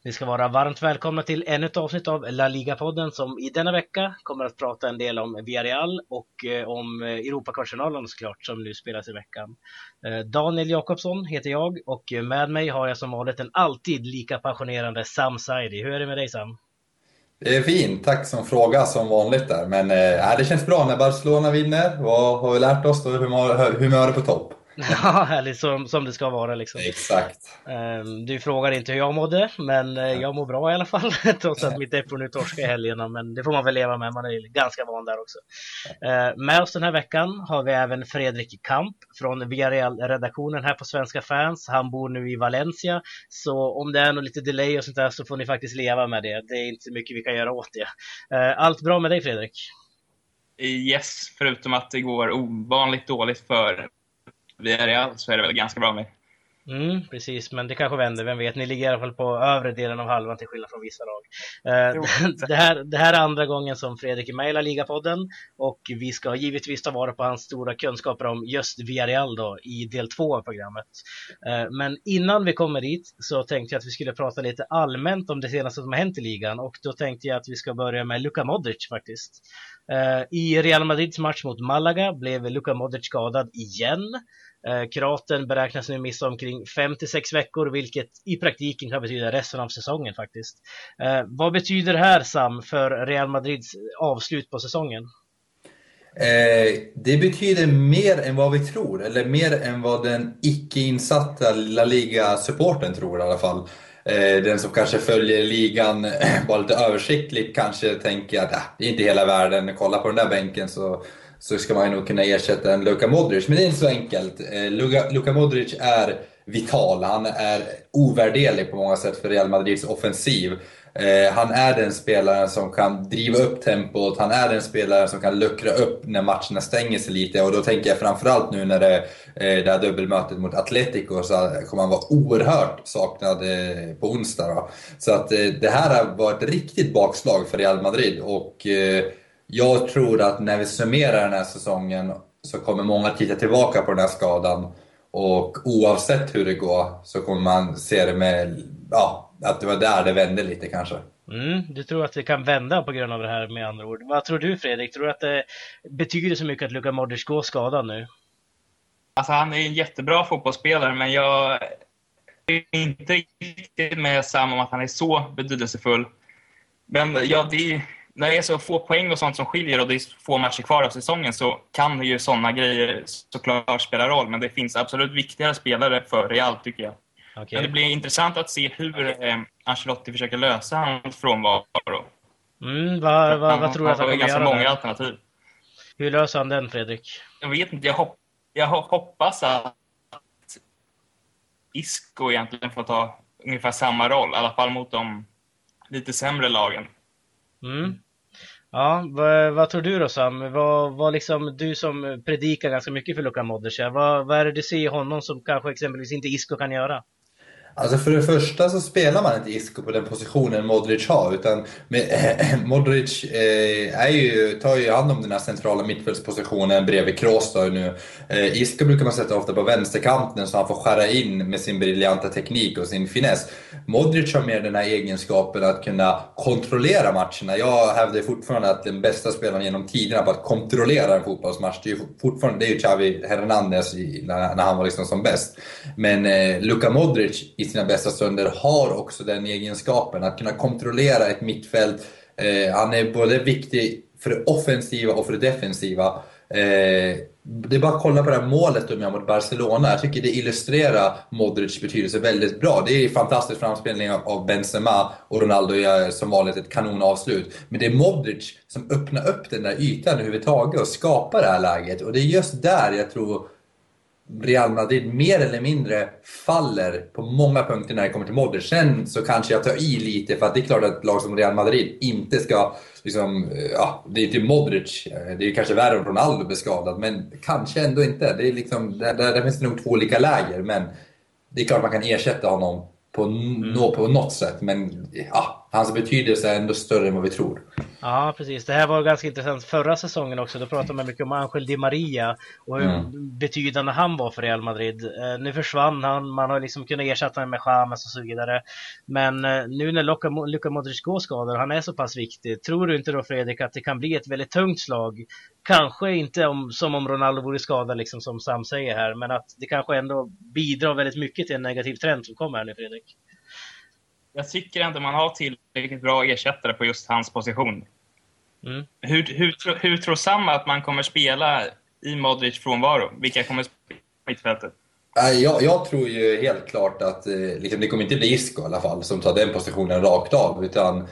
Ni ska vara varmt välkomna till ännu ett avsnitt av La Liga-podden som i denna vecka kommer att prata en del om Villarreal och om Europakvartsfinalen såklart som nu spelas i veckan. Daniel Jakobsson heter jag och med mig har jag som vanligt en alltid lika passionerande Sam Saidi. Hur är det med dig, Sam? Det är fint, tack som fråga som vanligt där. Men det känns bra när Barcelona vinner. Vad har vi lärt oss då? Humöret på topp. Ja, härligt som det ska vara liksom. Exakt. Du frågar inte hur jag mådde, men jag mår bra i alla fall. Trots att mitt Epro nu torskar i helgerna, men det får man väl leva med, man är ganska van där också. Med oss den här veckan har vi även Fredrik Kamp från Villarreal-redaktionen här på Svenska Fans. Han bor nu i Valencia, så om det är något lite delay och sånt där så får ni faktiskt leva med det. Det är inte så mycket vi kan göra åt det. Allt bra med dig, Fredrik? Yes, förutom att det går ovanligt dåligt för Villarreal så är det väl ganska bra med. Precis, men det kanske vänder, vem vet, ni ligger i alla fall på övre delen av halvan till skillnad från vissa lag. Det här är andra gången som Fredrik är med i La Liga-podden och vi ska givetvis ta vara på hans stora kunskaper om just Villarreal då i del 2 av programmet. Men innan vi kommer dit så tänkte jag att vi skulle prata lite allmänt om det senaste som har hänt i ligan, och då tänkte jag att vi ska börja med Luka Modric faktiskt. I Real Madrids match mot Malaga blev Luka Modric skadad igen. Kroaten beräknas nu missa omkring 5-6 veckor, vilket i praktiken kan betyda resten av säsongen faktiskt. Vad betyder det här, Sam, för Real Madrids avslut på säsongen? Det betyder mer än vad vi tror, eller mer än vad den icke-insatta La Liga-supporten tror i alla fall. Den som kanske följer ligan bara lite översiktligt kanske tänker att det är inte hela världen, kolla på den där bänken så ska man nog kunna ersätta en Luka Modric. Men det är inte så enkelt. Luka Modric är vital. Han är ovärderlig på många sätt för Real Madrids offensiv. Han är den spelaren som kan driva upp tempot. Han är den spelaren som kan luckra upp när matcherna stänger sig lite. Och då tänker jag framförallt nu när det här dubbelmötet mot Atletico, så kommer han vara oerhört saknad på onsdag då. Så att det här var ett riktigt bakslag för Real Madrid. Och jag tror att när vi summerar den här säsongen så kommer många titta tillbaka på den här skadan. Och oavsett hur det går så kommer man se det med, att det var där det vände lite kanske. Du tror att det kan vända på grund av det här, med andra ord. Vad tror du, Fredrik? Tror du att det betyder så mycket att Luka Modric går skadad nu? Alltså han är en jättebra fotbollsspelare, men jag är inte riktigt med Sam om att han är så betydelsefull. Men när det är så få poäng och sånt som skiljer och det är få matcher kvar av säsongen, så kan ju sådana grejer såklart spela roll. Men det finns absolut viktigare spelare för Real, tycker jag. Okay. Men det blir intressant att se hur Ancelotti försöker lösa hans frånvaro. Vad tror du att han kommer ganska göra många där? alternativ. Hur löser han den, Fredrik? Jag vet inte, jag hoppas att Isco egentligen får ta ungefär samma roll, i alla fall mot de lite sämre lagen. Ja, vad tror du då, Sam? Vad liksom, du som predikar ganska mycket för Luka Modric, vad är det du ser i honom som kanske exempelvis inte Isco kan göra? Alltså för det första så spelar man inte Isco på den positionen Modric har, utan Modric tar ju hand om den här centrala mittfältspositionen bredvid Kroos nu. Isco brukar man sätta ofta på vänsterkanten så han får skära in med sin briljanta teknik och sin finess. Modric har mer den här egenskapen att kunna kontrollera matcherna. Jag hävdar fortfarande att den bästa spelaren genom tiderna på att kontrollera en fotbollsmatch, det är ju Xavi Hernandez när han var liksom som bäst. Men Luka Modric i sina bästa stunder har också den egenskapen att kunna kontrollera ett mittfält. Han är både viktig för det offensiva och för det defensiva. Det är bara att kolla på det här målet de gör mot Barcelona. Jag tycker det illustrerar Modrics betydelse väldigt bra. Det är fantastisk framspelning av Benzema, och Ronaldo gör som vanligt ett kanonavslut. Men det är Modric som öppnar upp den där ytan överhuvudtaget och skapar det här läget. Och det är just där jag tror Real Madrid mer eller mindre faller på många punkter när det kommer till Modric. Sen så kanske jag tar i lite, för att det är klart att ett lag som Real Madrid inte ska liksom, det är inte Modric, det är kanske värre om Ronaldo blir skadad, men kanske ändå inte. Det är liksom, där finns det nog två olika läger, men det är klart man kan ersätta honom på något sätt, men hans betydelse är ändå större än vad vi tror. Ja, precis. Det här var ganska intressant förra säsongen också. Då pratade man mycket om Angel Di Maria och hur betydande han var för Real Madrid. Nu försvann han, man har liksom kunnat ersätta honom med James och så vidare. Men nu när Luka Modric går skadad, han är så pass viktig. Tror du inte då, Fredrik, att det kan bli ett väldigt tungt slag? Kanske inte som om Ronaldo vore skadad, liksom som Sam säger här, men att det kanske ändå bidrar väldigt mycket till en negativ trend som kommer här nu, Fredrik. Jag tycker ändå man har tillräckligt bra ersättare på just hans position. Hur tror Sam att man kommer spela i Modric frånvaro? Vilka kommer spela på mittfältet? Jag tror ju helt klart att liksom, det kommer inte bli Isco i alla fall som tar den positionen rakt av, utan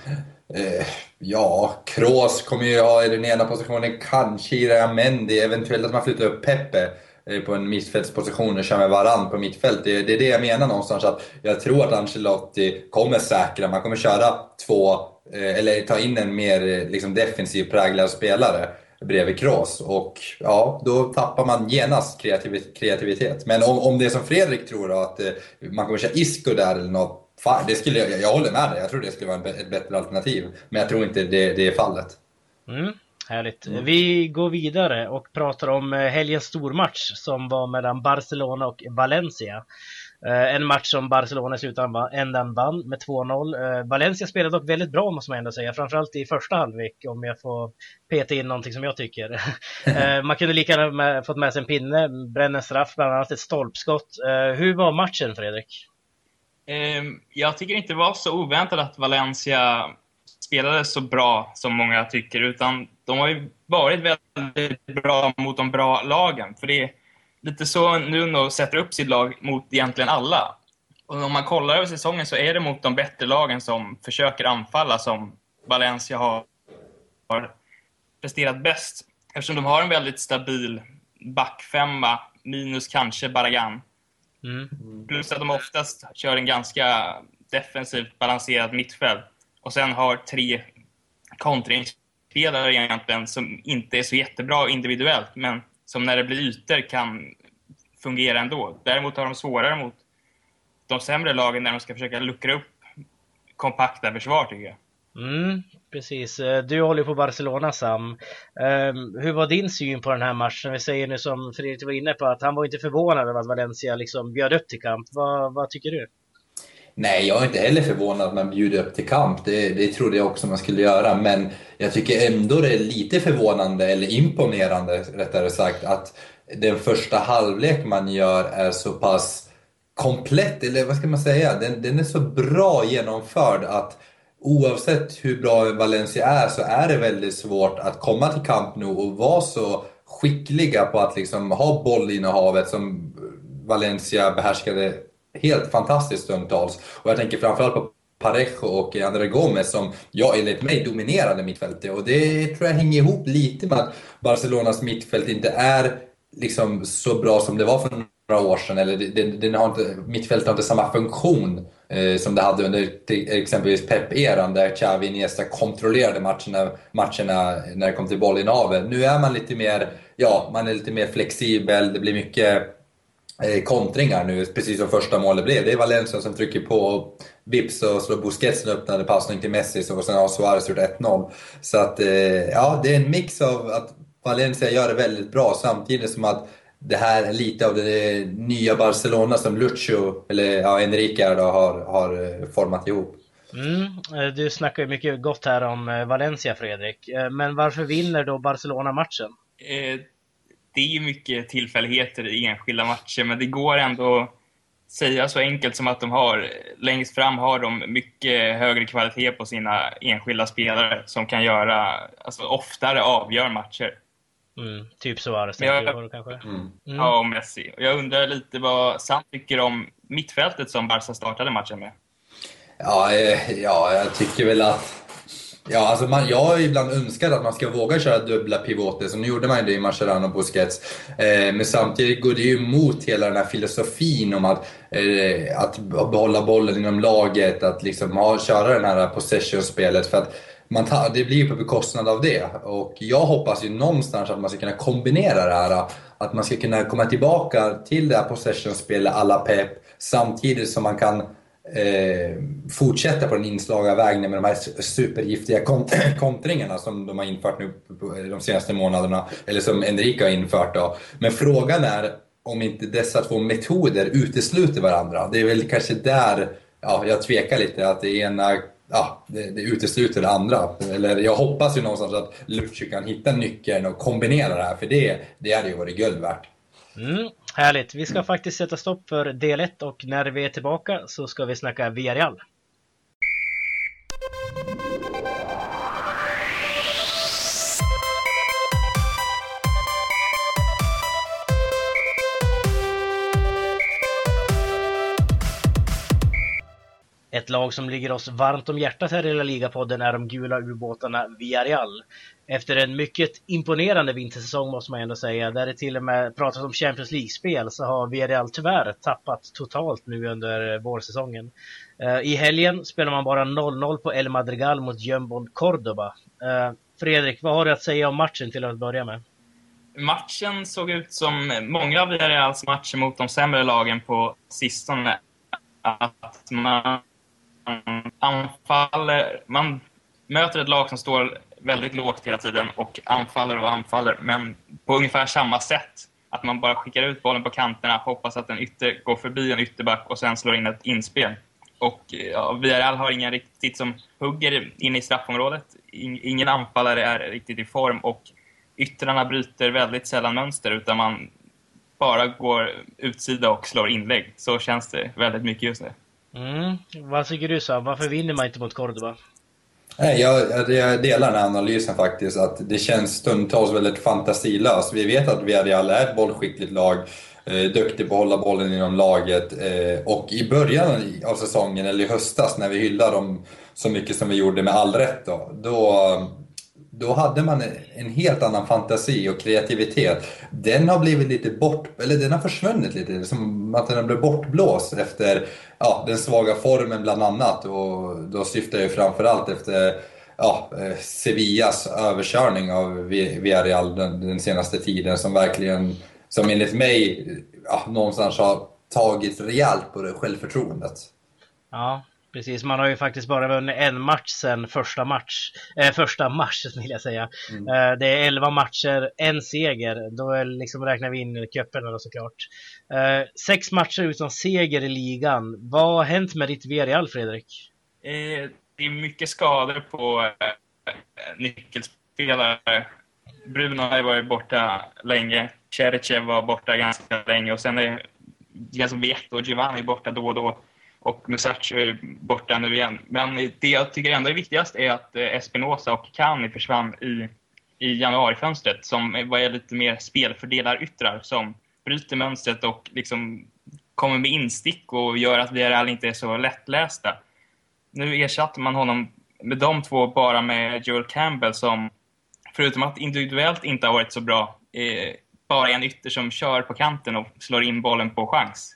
Kroos kommer ju ha i den ena positionen, kanske Ira Mendy, eventuellt att man flyttar upp Pepe på en mittfältsposition och kör med Varane på mittfält. Det är det jag menar någonstans, att jag tror att Ancelotti kommer säkra, man kommer köra eller ta in en mer liksom defensiv präglad spelare bredvid Kroos, och då tappar man genast kreativitet. Men om det är som Fredrik tror då, att man kommer köra Isco där eller något, jag håller med dig, jag tror det skulle vara ett bättre alternativ, men jag tror inte det är fallet. Härligt. Vi går vidare och pratar om helgens stormatch som var mellan Barcelona och Valencia. En match som Barcelona i slutändan vann med 2-0. Valencia spelade dock väldigt bra, måste man ändå säga, framförallt i första halvlek, om jag får peta in någonting som jag tycker. Man kunde lika gärna fått med sig en pinne, bränna en straff, bland annat ett stolpskott. Hur var matchen, Fredrik? Jag tycker inte det var så oväntat att Valencia spelade så bra som många tycker, utan de har ju varit väldigt bra mot de bra lagen. För det är lite så Nuno sätter upp sitt lag mot egentligen alla. Och om man kollar över säsongen så är det mot de bättre lagen som försöker anfalla som Valencia har presterat bäst. Eftersom de har en väldigt stabil backfemma, minus kanske Barragán. Plus att de oftast kör en ganska defensivt balanserad mittfält. Och sen har 3 kontringsspelare egentligen som inte är så jättebra individuellt, men som när det blir ytor kan fungera ändå. Däremot har de svårare mot de sämre lagen när de ska försöka luckra upp kompakta försvar, tycker jag. Precis. Du håller på Barcelona, Sam. Hur var din syn på den här matchen? Vi säger nu, som Fredrik var inne på, att han var inte förvånad över att Valencia liksom bjöd upp till kamp. Vad tycker du? Nej, jag är inte heller förvånad att man bjuder upp till kamp. Det trodde jag också man skulle göra. Men jag tycker ändå det är lite förvånande, eller imponerande rättare sagt, att den första halvlek man gör är så pass komplett, eller vad ska man säga? Den är så bra genomförd att oavsett hur bra Valencia är så är det väldigt svårt att komma till Camp Nou och vara så skickliga på att liksom ha bollinnehavet som Valencia behärskade helt fantastiskt stundtals. Och jag tänker framförallt på Parejo och André Gomes som enligt mig dominerade mittfältet. Och det tror jag hänger ihop lite med att Barcelonas mittfält inte är liksom så bra som det var för några år sedan. Eller mittfältet har inte samma funktion som det hade under exempelvis Pep-eran, där Xavi Iniesta kontrollerade matcherna när det kom till bollinnehavet. Nu är man lite mer, man är lite mer flexibel. Det blir mycket kontringar nu, precis som första målet blev. Det är Valencia som trycker på vips och slår Busquets en öppnade passning till Messi, och sen har Suarez gjort 1-0. Så att det är en mix av att Valencia gör det väldigt bra, samtidigt som att det här är lite av det nya Barcelona som Lucho, eller Enrique då, har format ihop. Du snackar ju mycket gott här om Valencia, Fredrik. Men varför vinner då Barcelona matchen? Det är ju mycket tillfälligheter i enskilda matcher, men det går ändå att säga så enkelt som att längst fram har de mycket högre kvalitet på sina enskilda spelare som kan göra, oftare avgör matcher. Typ Suarez kanske. Ja, och Messi. Och jag undrar lite vad Sam tycker om mittfältet som Barca startade matchen med. Jag tycker väl att jag har ibland önskat att man ska våga köra dubbla pivoter, så nu gjorde man det i Mascherano och Busquets. Men samtidigt går det ju emot hela den här filosofin om att behålla bollen inom laget, att liksom köra den här possession-spelet, för att det blir på bekostnad av det. Och jag hoppas ju någonstans att man ska kunna kombinera det här, att man ska kunna komma tillbaka till det här possession-spelet alla Pep, samtidigt som man kan fortsätta på den inslagna vägen med de här supergiftiga kontringarna som de har infört nu de senaste månaderna, eller som Enrique har infört då. Men frågan är om inte dessa två metoder utesluter varandra. Det är väl kanske där jag tvekar lite, att det ena det utesluter det andra. Eller jag hoppas ju någonstans att Lucic kan hitta nyckeln och kombinera det här, för det hade ju varit guld värt. Härligt. Vi ska faktiskt sätta stopp för del 1 och när vi är tillbaka så ska vi snacka Villarreal. Ett lag som ligger oss varmt om hjärtat här i La Liga-podden är de gula ubåtarna Villarreal. Efter en mycket imponerande vintersäsong måste man ändå säga, där det till och med pratas om Champions League-spel, så har Villarreal tyvärr tappat totalt nu under vårsäsongen. I helgen spelar man bara 0-0 på El Madrigal mot Jumbon Cordoba. Fredrik, vad har du att säga om matchen till att börja med? Matchen såg ut som många av Villarreals matcher mot de sämre lagen på sistone. Att man möter ett lag som står väldigt lågt hela tiden och anfaller, men på ungefär samma sätt. Att man bara skickar ut bollen på kanterna, hoppas att en ytter går förbi en ytterback och sen slår in ett inspel. Och Villarreal har ingen riktigt som hugger in i straffområdet. Ingen anfallare är riktigt i form och yttrarna bryter väldigt sällan mönster, utan man bara går utsida och slår inlägg. Så känns det väldigt mycket just nu. Vad tycker du, Sam? Varför vinner man inte mot Cordoba? Nej, jag delar den här analysen faktiskt, att det känns stundtals väldigt fantasilöst. Vi vet att Villarreal är ett bollskickligt lag, duktig på att hålla bollen inom laget, och i början av säsongen, eller i höstas, när vi hyllade dem så mycket som vi gjorde med all rätt då hade man en helt annan fantasi och kreativitet. Den har blivit lite den har försvunnit lite, som att den har blivit bortblåst efter den svaga formen bland annat, och då syftar jag framförallt efter Sevillas överkörning av Villarreal den senaste tiden, som verkligen, som enligt mig någonstans har tagit rejält på det självförtroendet. Ja, precis. Man har ju faktiskt bara vunnit en match sen första mars vill jag säga. Det är 11 matcher, en seger. Då räknar vi in cupen såklart. 6 matcher utan seger i ligan. Vad har hänt med ditt Villarreal, Fredrik? Det är mycket skador på nyckelspelare. Bruno har varit borta länge. Cherchev var borta ganska länge. Och sen är Vietto och Giovanni borta då och då. Och Musacho är borta nu igen. Men det jag tycker ändå är viktigast är att Espinosa och Cani försvann i januarifönstret, som var lite mer spelfördelar-yttrar som bryter mönstret och kommer med instick och gör att Villarreal inte är så lättlästa. Nu ersatte man honom med de två bara med Joel Campbell, som förutom att individuellt inte har varit så bra, bara en ytter som kör på kanten och slår in bollen på chans.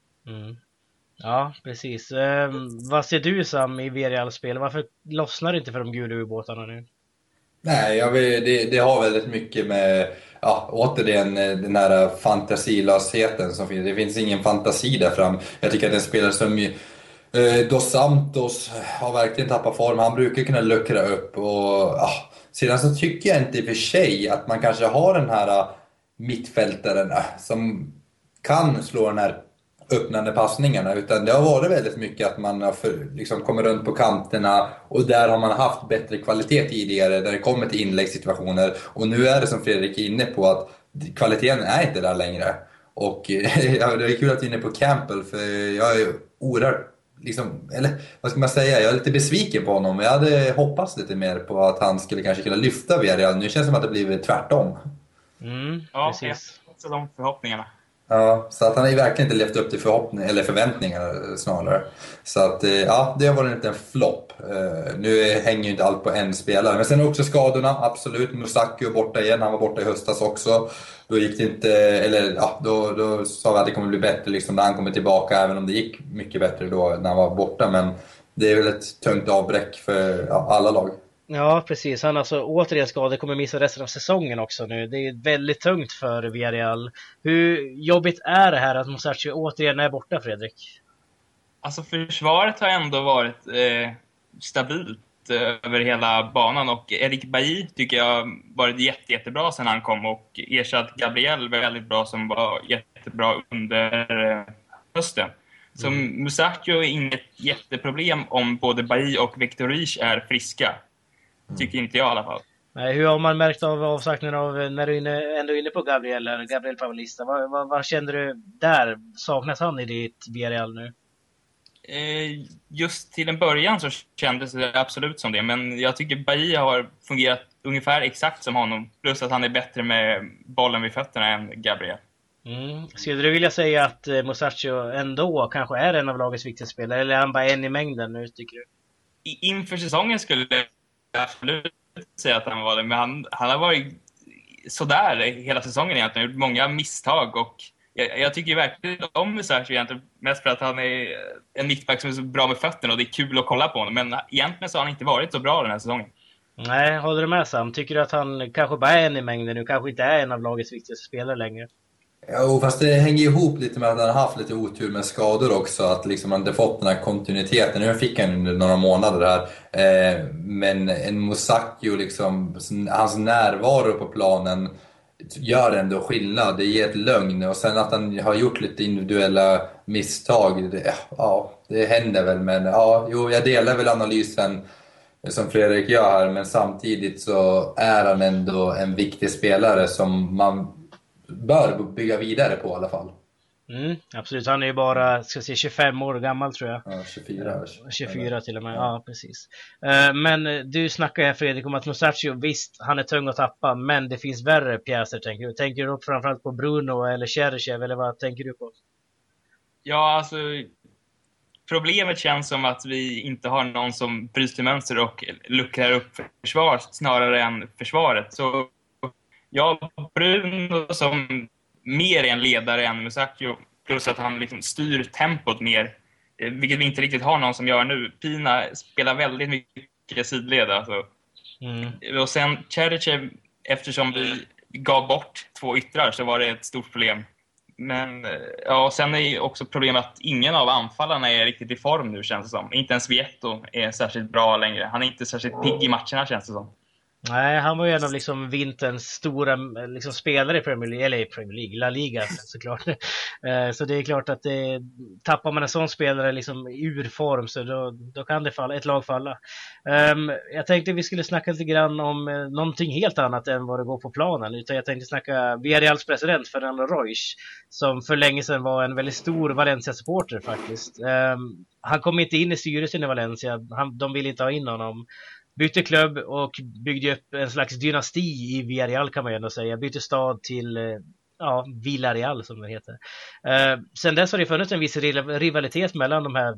Ja, precis. Vad ser du, Sam, i Villarreal-spel? Varför lossnar det inte för de gula ubåtarna nu? Nej, det har väldigt mycket med återigen den här fantasilösheten som finns. Det finns ingen fantasi där fram. Jag tycker att en spelare som Dos Santos har verkligen tappat form. Han brukar kunna luckra upp. Och sedan så tycker jag inte i och för sig att man kanske har den här mittfältaren som kan slå den här öppnande passningarna, utan det har varit väldigt mycket att man har kommer runt på kanterna, och där har man haft bättre kvalitet tidigare där det kommer till inläggssituationer, och nu är det som Fredrik är inne på, att kvaliteten är inte där längre. Och det är kul att du är inne på Campbell, för jag är oerhört eller vad ska man säga, jag är lite besviken på honom. Jag hade hoppats lite mer på att han skulle kanske kunna lyfta Villarreal. Nu känns det som att det blivit tvärtom. Ja, precis. Så de förhoppningarna. Ja, så att han har ju verkligen inte levt upp till förväntningarna snarare. Så att det har varit en liten flopp. Nu hänger ju inte allt på en spelare. Men sen också skadorna, absolut. Musaku är borta igen, han var borta i höstas också. Då gick det inte, då sa vi att det kommer bli bättre när han kommer tillbaka, även om det gick mycket bättre då när han var borta. Men det är väl ett tungt avbräck för alla lag. Ja, precis. Han återigen skadad, kommer missa resten av säsongen också nu. Det är väldigt tungt för Villarreal. Hur jobbigt är det här att Musashi återigen är borta, Fredrik? Alltså försvaret har ändå varit stabilt över hela banan, och Eric Bailly tycker jag varit jättebra sedan han kom och ersatt Gabriel väldigt bra, som var jättebra under hösten. Så Musacchio är inget jätteproblem om både Bailly och Victor Risch är friska. Tycker inte jag i alla fall. Nej, hur har man märkt av avsaknaden av, när du ändå är inne på Gabriel Paulista? Vad känner du där? Saknas han i ditt Villarreal nu? Just till en början så kändes det absolut som det. Men jag tycker Bailly har fungerat ungefär exakt som honom. Plus att han är bättre med bollen vid fötterna än Gabriel. Skulle du vilja säga att Musacchio ändå kanske är en av lagets viktigaste spelare? Eller är han bara en i mängden nu, tycker du? Inför säsongen skulle jag absolut säga att han var det. Men han har varit sådär hela säsongen egentligen. Han har gjort många misstag, och jag tycker verkligen om Musacchio egentligen mest för att han är en mittback som är så bra med fötterna och det är kul att kolla på honom. Men egentligen så har han inte varit så bra den här säsongen. Nej, håller du med Sam? Tycker du att han kanske bara är en i mängden nu? Kanske inte är en av lagets viktigaste spelare längre? Ja, fast det hänger ihop lite med att han har haft lite otur med skador också. Att liksom han inte fått den här kontinuiteten. Nu fick han under några månader här. Men en Musacchio, liksom, hans närvaro på planen gör ändå skillnad. Det ger ett lugn. Och sen att han har gjort lite individuella misstag. Det händer väl. Men jag delar väl analysen som Fredrik gör här. Men samtidigt så är han ändå en viktig spelare som man bör bygga vidare på i alla fall. Absolut, han är ju bara 25 år gammal tror jag. Ja, 24 till och med, ja precis. Men du snackar här Fredrik om att Musacchio, visst han är tung att tappa, men det finns värre pjäser, tänker du? Tänker du framförallt på Bruno eller Cherchev, eller vad tänker du på? Ja, alltså problemet känns som att vi inte har någon som bryter mönster och luckrar upp försvar snarare än försvaret. Så ja, Bruno som mer är en ledare än Musacchio, plus att han liksom styr tempot mer, vilket vi inte riktigt har någon som gör nu. Pina spelar väldigt mycket sidled alltså. Och sen Cherchev, eftersom vi gav bort 2 yttrar så var det ett stort problem. Men ja, sen är också problemet att ingen av anfallarna är riktigt i form nu, känns det som. Inte ens Vietto är särskilt bra längre. Han är inte särskilt pigg i matcherna, känns det som. Nej, han var ju en av liksom vinterns stora liksom spelare i Premier League, eller i Premier League, La Liga såklart. Så det är klart att tappar man en sån spelare liksom ur form, så då kan det falla, ett lag falla. Jag tänkte vi skulle snacka lite grann om någonting helt annat än vad det går på planen. Utan jag tänkte snacka Villarreals president Fernando Roig, som för länge sedan var en väldigt stor Valencia-supporter faktiskt. Han kom inte in i styrelsen i Valencia, de ville inte ha in honom. Bytte klubb och byggde upp en slags dynasti i Villarreal, kan man ju ändå säga. Bytte stad till Villarreal som det heter. Sen dess har det funnits en viss rivalitet mellan de här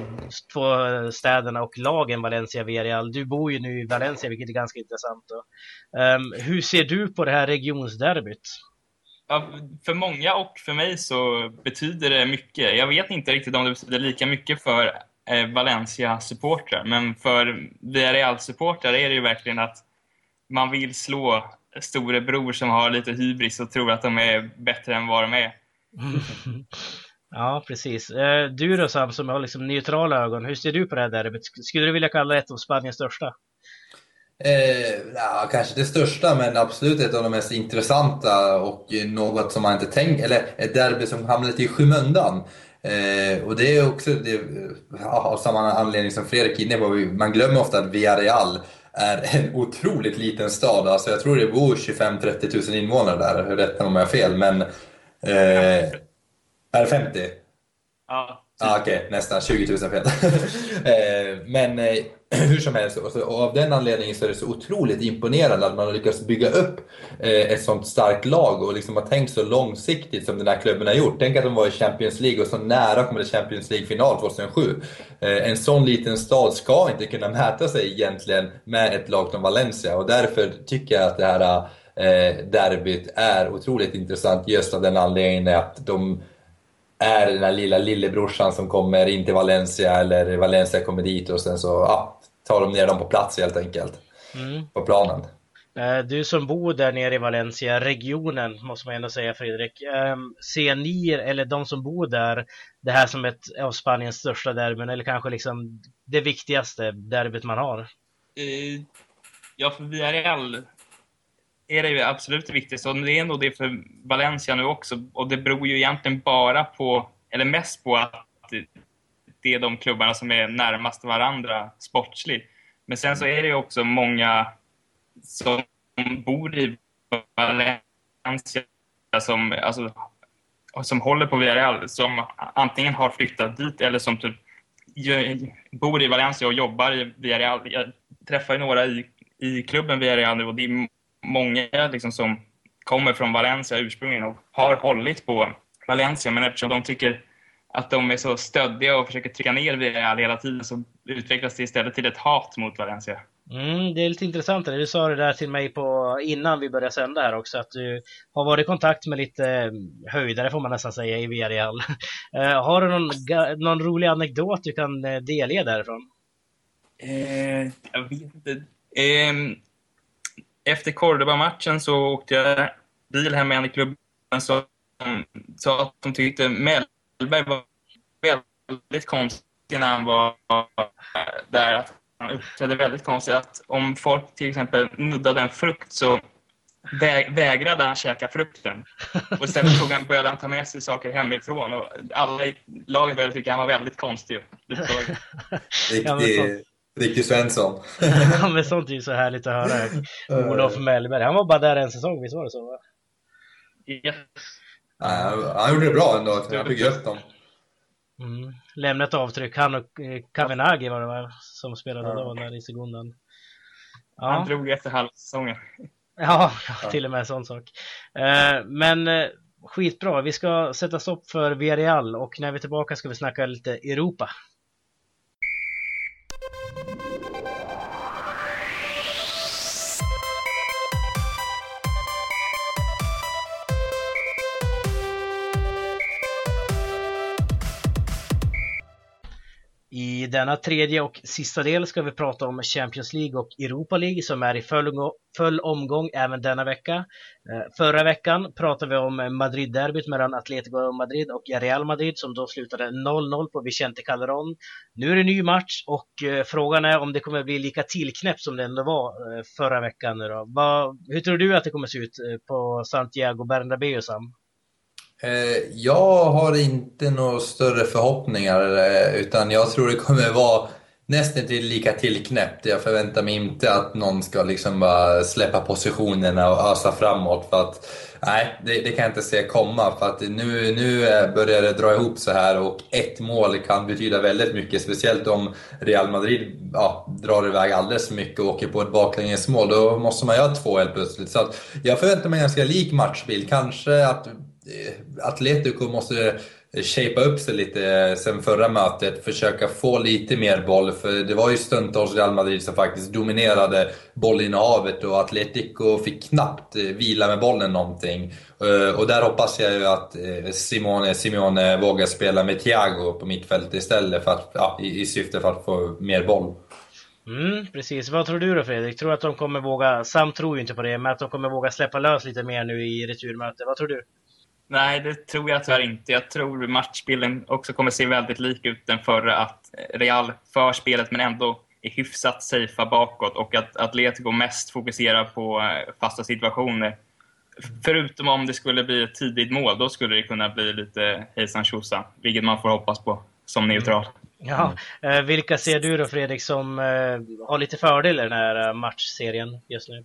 2 städerna och lagen Valencia och Villarreal. Du bor ju nu i Valencia, vilket är ganska intressant då. Hur ser du på det här regionsderbyt? Ja, för många och för mig så betyder det mycket. Jag vet inte riktigt om det betyder lika mycket för Valencia-supportrar, men för Villarreal-supportrar är det ju verkligen att man vill slå storebror som har lite hybris och tror att de är bättre än vad de är. Ja, precis. Du då Sam, som har liksom neutrala ögon, hur ser du på det här derbyt? Skulle du vilja kalla det ett av Spaniens största? Kanske det största, men absolut ett av de mest intressanta, och något som man inte tänkt, eller ett derby som hamnar lite i skymundan. Och det är också av samma anledning som Fredrik inne på. Man glömmer ofta att Villarreal är en otroligt liten stad. Alltså jag tror det bor 25-30 000 invånare där. Hur rätt om jag har fel, men är det 50? Ja. Okej, nästan 20 000 fel. Men hur som helst, och av den anledningen så är det så otroligt imponerande att man har lyckats bygga upp ett sånt starkt lag och liksom har tänkt så långsiktigt som den här klubben har gjort. Tänk att de var i Champions League och så nära kommer det Champions League-final 2007. En sån liten stad ska inte kunna mäta sig egentligen med ett lag som Valencia, och därför tycker jag att det här derbyt är otroligt intressant just av den anledningen att de är den här lillebrorsan som kommer in till Valencia, eller Valencia kommer dit och sen så tar de ner dem på plats helt enkelt på planen. Du som bor där nere i Valencia, regionen måste man ändå säga, Fredrik. Ser ni, eller de som bor där, det här som ett av Spaniens största derbyn, eller kanske liksom det viktigaste derbyt man har? Ja, för Villarreal är det ju absolut det viktigaste. Och det är nog det för Valencia nu också. Och det beror ju egentligen bara på, eller mest på, att det är de klubbarna som är närmast varandra sportsligt. Men sen så är det ju också många som bor i Valencia som håller på Villarreal, som antingen har flyttat dit eller som typ bor i Valencia och jobbar i Villarreal. Jag träffar ju några i klubben Villarreal nu, och det är många liksom som kommer från Valencia ursprungligen och har hållit på Valencia, men eftersom de tycker att de är så stöddiga och försöker trycka ner Villarreal hela tiden, så utvecklas det istället till ett hat mot Valencia. Det är lite intressant. Du sa det där till mig innan vi började sända här också, att du har varit i kontakt med lite höjdare, får man nästan säga, i Villarreal. Har du någon rolig anekdot du kan delge därifrån? Jag vet inte. Efter Cordoba-matchen så åkte jag bil hem med en i klubben som sa att de tyckte Mellberg var väldigt konstig när han var där. Att han uppträdde väldigt konstigt, att om folk till exempel nuddade en frukt så vägrade han käka frukten. Och istället började han ta med sig saker hemifrån, och alla i laget började tycka han var väldigt konstig. Riktigt Svensson. Ja, men sånt är ju så härligt att höra. Olof Mellberg, han var bara där en säsong, visst var det så, va? Yes. Han gjorde det bra ändå, jag byggde upp dem. Lämnat ett avtryck. Han och Kavenagi var det, va, som spelade då där i sekundan. Ja. Han drog efter halvsäsongen. Ja, till och med en sån sak. Men skitbra, vi ska sätta stopp för Villarreal, och när vi är tillbaka ska vi snacka lite Europa. I denna tredje och sista del ska vi prata om Champions League och Europa League som är i full omgång även denna vecka. Förra veckan pratade vi om Madrid-derbyt mellan Atletico Madrid och Real Madrid som då slutade 0-0 på Vicente Calderón. Nu är det ny match, och frågan är om det kommer bli lika tillknäppt som det ändå var förra veckan nu då. Hur tror du att det kommer se ut på Santiago Bernabéu, Sam? Jag har inte några större förhoppningar, utan jag tror det kommer vara nästan till lika tillknäppt. Jag förväntar mig inte att någon ska liksom bara släppa positionerna och ösa framåt, för att nej, det kan jag inte se komma, för att nu börjar det dra ihop så här, och ett mål kan betyda väldigt mycket, speciellt om Real Madrid drar iväg alldeles för mycket och åker på ett baklängesmål, då måste man göra 2 helt plötsligt. Så att jag förväntar mig en ganska lik matchbild, kanske att Atletico måste shapea upp sig lite sen förra mötet, försöka få lite mer boll, för det var ju stundtals Real Madrid som faktiskt dominerade bollinnehavet, och Atletico fick knappt vila med bollen någonting. Och där hoppas jag ju att Simeone vågar spela med Thiago på mittfältet istället, för att, i syfte för att få mer boll. Precis. Vad tror du då, Fredrik? Tror att de kommer våga, Sam tror ju inte på det, men att de kommer våga släppa lös lite mer nu i returmötet? Vad tror du? Nej, det tror jag tyvärr inte. Jag tror matchbilden också kommer se väldigt lik ut den förra, att Real för spelet men ändå är hyfsat safea bakåt, och att Atletico mest fokuserar på fasta situationer. Förutom om det skulle bli ett tidigt mål, då skulle det kunna bli lite hejsan tjosan, vilket man får hoppas på som neutral. Ja, vilka ser du då, Fredrik, som har lite fördel i den här matchserien just nu?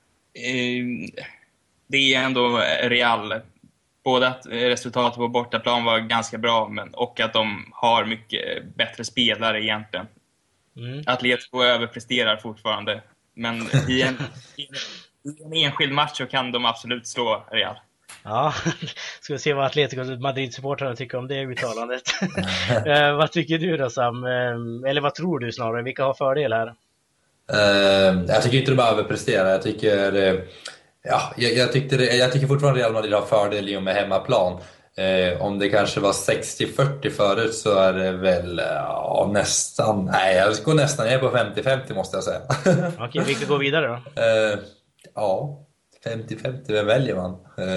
Det är ändå Real. Både att resultatet på bortaplan var ganska bra, och att de har mycket bättre spelare egentligen. Atletico överpresterar fortfarande, men i en enskild match så kan de absolut slå Real. Ja, ska vi se vad Atletico Madrid-supportrarna tycker om det uttalandet. Vad tycker du då, Sam? Eller vad tror du snarare? Vilka har fördel här? Jag tycker inte de överpresterar. Jag tycker fortfarande Real Madrid har fördel i och med hemmaplan. Om det kanske var 60-40 förut, så är det väl nästan. Nej, jag går nästan ner på 50-50 måste jag säga. Okej, vilka går vidare då? Ja, 50-50, vem väljer man?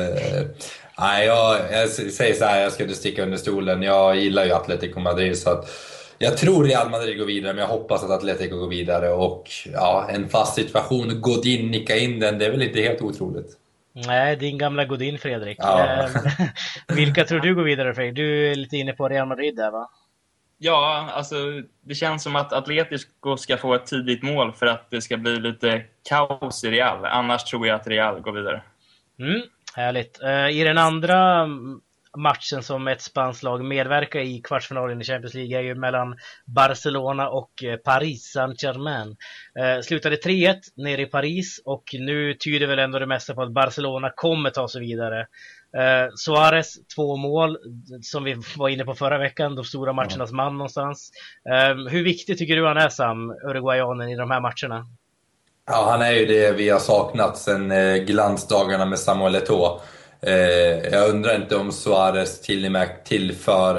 Nej, jag säger så här, jag ska inte sticka under stolen. Jag gillar ju Atletico Madrid, så att jag tror Real Madrid går vidare, men jag hoppas att Atletico går vidare. Och ja, en fast situation, Godin, nicka in den, det är väl inte helt otroligt. Nej, din gamla Godin, Fredrik. Ja. Vilka tror du går vidare, Fredrik? Du är lite inne på Real Madrid där, va? Ja, alltså det känns som att Atletico ska få ett tidigt mål för att det ska bli lite kaos i Real. Annars tror jag att Real går vidare. Härligt. I den andra matchen som ett spanskt lag medverkar i kvartsfinalen i Champions League är ju mellan Barcelona och Paris Saint-Germain. Slutade 3-1 nere i Paris, och nu tyder väl ändå det mesta på att Barcelona kommer ta sig vidare. Suarez, 2 mål, som vi var inne på förra veckan, de stora matchernas man någonstans. Hur viktig tycker du han är, Sam, uruguayanen, i de här matcherna? Ja, han är ju det vi har saknat sen glansdagarna med Samuel Eto'o. Jag undrar inte om Suarez tillför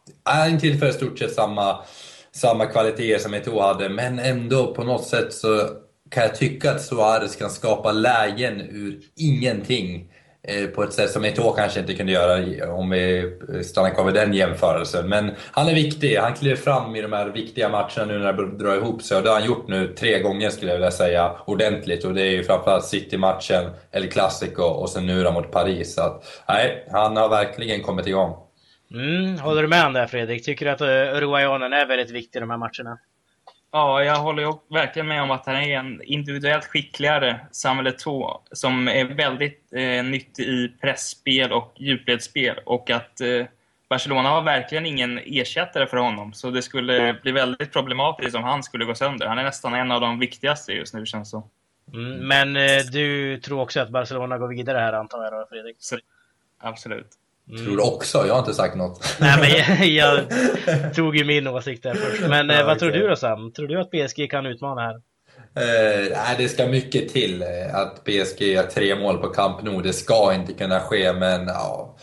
i stort sett samma kvaliteter som Eto'o hade, men ändå på något sätt så kan jag tycka att Suarez kan skapa lägen ur ingenting på ett sätt som Eto'o kanske inte kunde göra, om vi stannar kvar vid den jämförelsen. Men han är viktig, han kliver fram i de här viktiga matcherna nu när det drar ihop sig, och det har han gjort nu 3 gånger skulle jag vilja säga, ordentligt. Och det är ju framförallt City-matchen, El Clasico, och sen nu då mot Paris. Så att, nej, han har verkligen kommit igång. Håller du med om det, Fredrik? Tycker du att uruguayanen är väldigt viktig i de här matcherna? Ja, jag håller ju verkligen med om att han är en individuellt skickligare Samuel Eto'o som är väldigt nyttig i pressspel och djupledsspel, och att Barcelona har verkligen ingen ersättare för honom, så det skulle bli väldigt problematiskt om han skulle gå sönder. Han är nästan en av de viktigaste just nu, känns så. Men du tror också att Barcelona går vidare här, antar jag då, Fredrik? Absolut. Tror du också? Jag har inte sagt något. Nej, men jag tog ju min åsikt där först. Men vad tror du då, Sam? Tror du att PSG kan utmana här? Nej, det ska mycket till att PSG gör 3 mål på Camp Nou. Det ska inte kunna ske, men ja,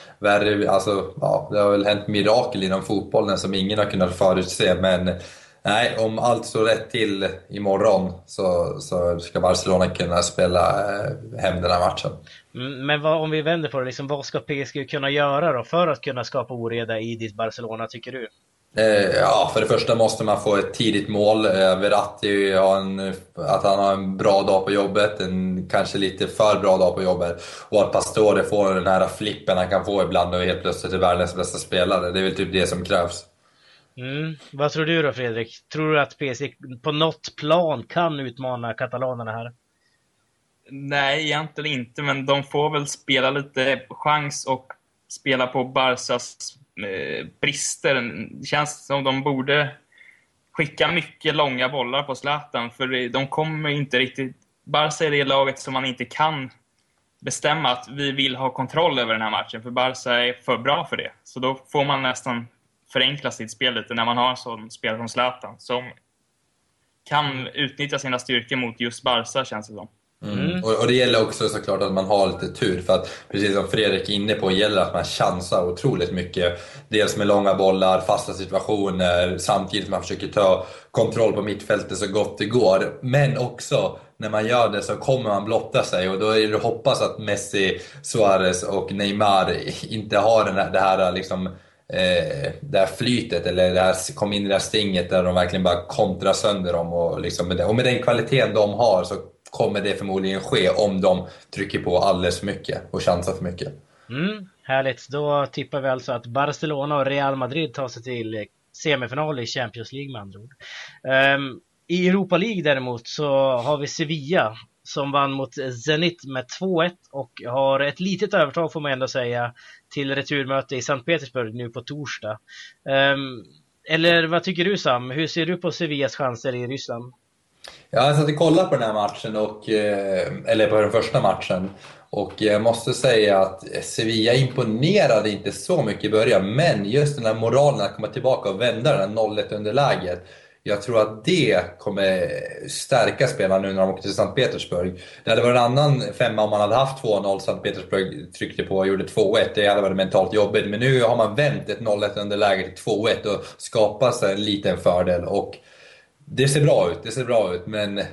det har väl hänt mirakel inom fotbollen som ingen har kunnat förutse. Men nej, om allt står rätt till imorgon så ska Barcelona kunna spela hem den här matchen. Men om vi vänder på det, liksom, vad ska PSG kunna göra då för att kunna skapa oreda i ditt Barcelona, tycker du? Ja, för det första måste man få ett tidigt mål. Verratti att han har en bra dag på jobbet, en kanske lite för bra dag på jobbet, och att Pastore får den här flippen han kan få ibland och helt plötsligt är världens bästa spelare. Det är väl typ det som krävs. Vad tror du då, Fredrik? Tror du att PSG på något plan kan utmana katalanerna här? Nej, egentligen inte, men de får väl spela lite chans och spela på Barças brister. Det känns som de borde skicka mycket långa bollar på Zlatan, för de kommer inte riktigt. Barça är det laget som man inte kan bestämma att vi vill ha kontroll över den här matchen, för Barça är för bra för det. Så då får man nästan förenkla sitt spel lite när man har en sån spelare som Zlatan som kan utnyttja sina styrkor mot just Barça, känns det som. Och det gäller också såklart att man har lite tur, för att precis som Fredrik är inne på, gäller att man chansar otroligt mycket. Dels med långa bollar, fasta situationer, samtidigt som man försöker ta kontroll på mittfältet så gott det går. Men också när man gör det så kommer man blotta sig, och då är det att hoppas att Messi, Suarez och Neymar inte har det här liksom det här flytet, eller det här, kom in i det här stinget där de verkligen bara kontrar sönder dem, och liksom med den kvaliteten de har så kommer det förmodligen ske om de trycker på alldeles för mycket och chansar för mycket. Härligt, då tippar vi alltså att Barcelona och Real Madrid tar sig till semifinal i Champions League, med andra ord. I Europa League däremot så har vi Sevilla som vann mot Zenit med 2-1 och har ett litet övertag, får man ändå säga, till returmöte i Sankt Petersburg nu på torsdag. Eller vad tycker du, Sam? Hur ser du på Sevillas chanser i Ryssland? Jag satt och kollade på den här matchen, eller på den första matchen, och jag måste säga att Sevilla imponerade inte så mycket i början, men just den här moralen att komma tillbaka och vända den här 0-1 underläget, jag tror att det kommer stärka spelarna nu när de åker till Sankt Petersburg. Det hade varit en annan femma om man hade haft 2-0, Sankt Petersburg tryckte på och gjorde 2-1. Det hade varit mentalt jobbigt. Men nu har man vänt ett 0-1 underläge till 2-1 och skapat sig en liten fördel. Och det ser bra ut, men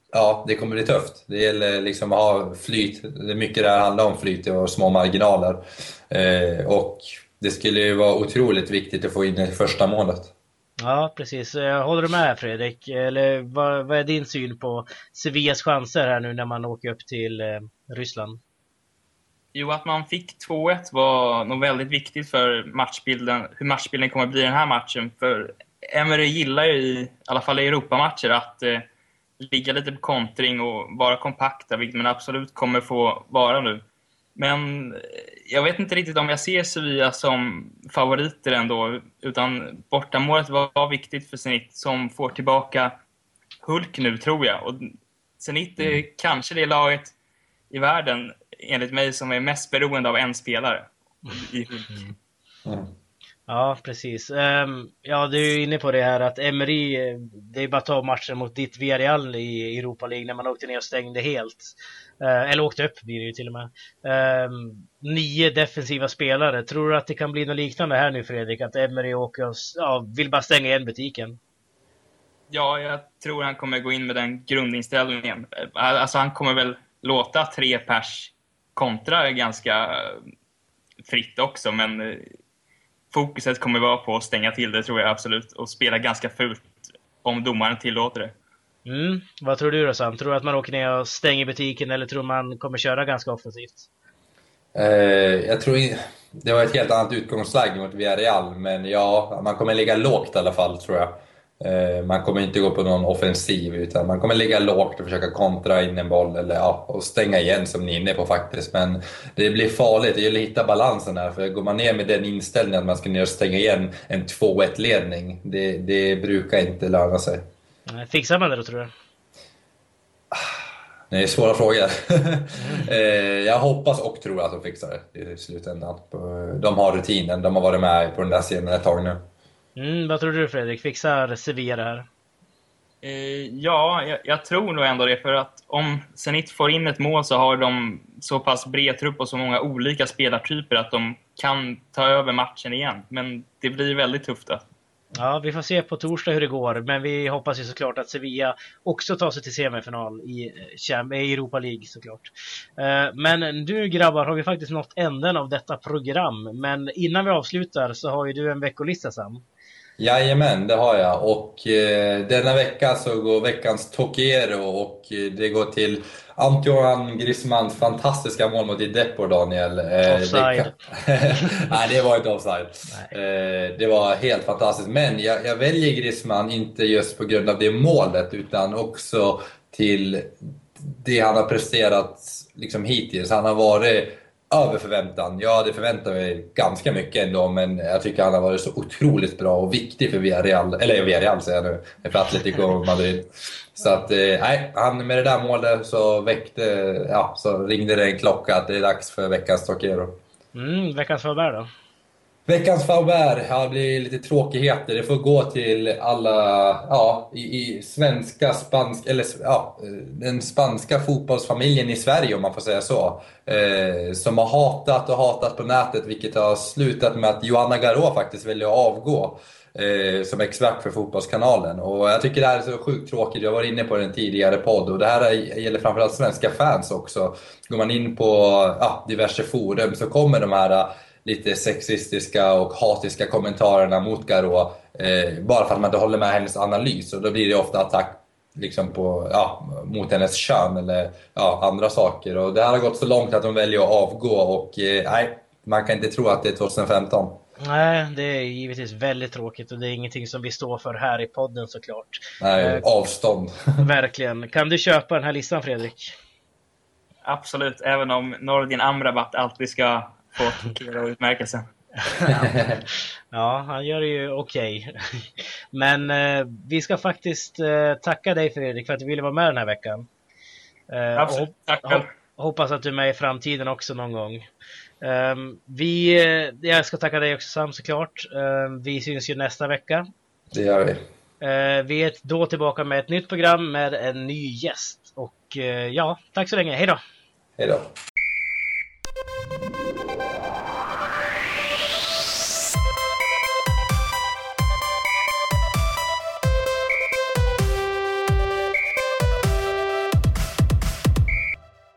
Ja, det kommer bli tufft. Det gäller liksom att ha flyt. Det är mycket det här handlar om, flyt och små marginaler. Och det skulle ju vara otroligt viktigt att få in det första målet. Ja, precis. Håller du med, Fredrik? Eller vad är din syn på Sevillas chanser här nu när man åker upp till Ryssland? Jo, att man fick 2-1 var nog väldigt viktigt för matchbilden, hur matchbilden kommer att bli i den här matchen. För Emery gillar ju i alla fall i Europamatcher att ligga lite på kontring och vara kompakta, vilket man absolut kommer få vara nu. Men jag vet inte riktigt om jag ser Sevilla som favoriter ändå, utan bortamålet var viktigt för Zenit som får tillbaka Hulk nu, tror jag. Och Zenit är kanske det laget i världen, enligt mig, som är mest beroende av en spelare i Hulk. Ja, precis. Ja, du är inne på det här att Emery, det är bara att ta matchen mot ditt Villarreal i Europa League när man åkte ner och stängde helt. Eller åkte upp blir det ju till och med. 9 defensiva spelare. Tror du att det kan bli något liknande här nu, Fredrik? Att Emery åker och vill bara stänga igen butiken? Ja, jag tror han kommer gå in med den grundinställningen. Alltså han kommer väl låta 3 pers kontra ganska fritt också, men fokuset kommer vara på att stänga till det, tror jag absolut, och spela ganska fult om domaren tillåter det. Vad tror du då, Sam? Tror du att man åker ner och stänger butiken, eller tror man kommer köra ganska offensivt? Jag tror det var ett helt annat utgångsläge mot Villarreal, men ja, man kommer ligga lågt i alla fall, tror jag. Man kommer inte gå på någon offensiv, utan man kommer ligga lågt och försöka kontra in en boll eller och stänga igen, som ni är inne på faktiskt. Men det blir farligt, det gäller att hitta balansen här, för går man ner med den inställningen att man ska ner och stänga igen en 2-1-ledning, det brukar inte löna sig. Fixar man det då, tror du? Det är svåra frågor. Jag hoppas och tror att de fixar det i slutändan. De har rutinen, de har varit med på den där scenen ett tag nu. Vad tror du, Fredrik? Fixar Sevilla det här? Ja, jag tror nog ändå det, för att om Zenit får in ett mål så har de så pass bred trupp och så många olika spelartyper att de kan ta över matchen igen. Men det blir väldigt tufft då. Ja, vi får se på torsdag hur det går, men vi hoppas ju såklart att Sevilla också tar sig till semifinal i Europa League såklart. Men nu, grabbar, har vi faktiskt nått änden av detta program, men innan vi avslutar så har ju du en veckolista, Sam. Jajamän, det har jag. Och denna vecka så går veckans Tokiero, och det går till Antoine Griezmanns fantastiska mål mot Depor, Daniel. Offside. Nej, det var inte offside. Det var helt fantastiskt. Men jag väljer Griezmann inte just på grund av det målet, utan också till det han har presterat liksom hittills. Han har varit över förväntan. Jag hade förväntat mig ganska mycket ändå, men jag tycker han har varit så otroligt bra och viktig för Villarreal, eller Villarreal säger jag nu, för Atletico Madrid. Så att, han med det där målet så ringde det en klocka att det är dags för veckans Tokiero. Veckans Faubert då? Veckans Faubert, det blir lite tråkigheter. Det får gå till alla i svenska, den spanska fotbollsfamiljen i Sverige, om man får säga så. Som har hatat på nätet, vilket har slutat med att Johanna Garå faktiskt väljer att avgå som expert för Fotbollskanalen. Och jag tycker det här är så sjukt tråkigt. Jag var inne på den tidigare podd, och det här gäller framförallt svenska fans också. Går man in på diverse forum så kommer de här lite sexistiska och hatiska kommentarerna mot Garå, bara för att man inte håller med hennes analys, och då blir det ofta attack liksom mot hennes kön eller andra saker, och det här har gått så långt att de väljer att avgå, och man kan inte tro att det är 2015. Nej, det är givetvis väldigt tråkigt, och det är ingenting som vi står för här i podden såklart. Nej, avstånd. Verkligen. Kan du köpa den här listan, Fredrik? Absolut, även om Nordin Amrabat alltid ska få Tokiero-utmärkelsen. Ja, han gör det ju okej. Men vi ska faktiskt tacka dig, Fredrik, för att du ville vara med den här veckan. Absolut, tack. Hoppas att du är med i framtiden också någon gång. Jag ska tacka dig också, Sam, såklart. Vi syns ju nästa vecka. Det gör vi. Vi är då tillbaka med ett nytt program med en ny gäst. Och tack så länge. Hej då! Hej då!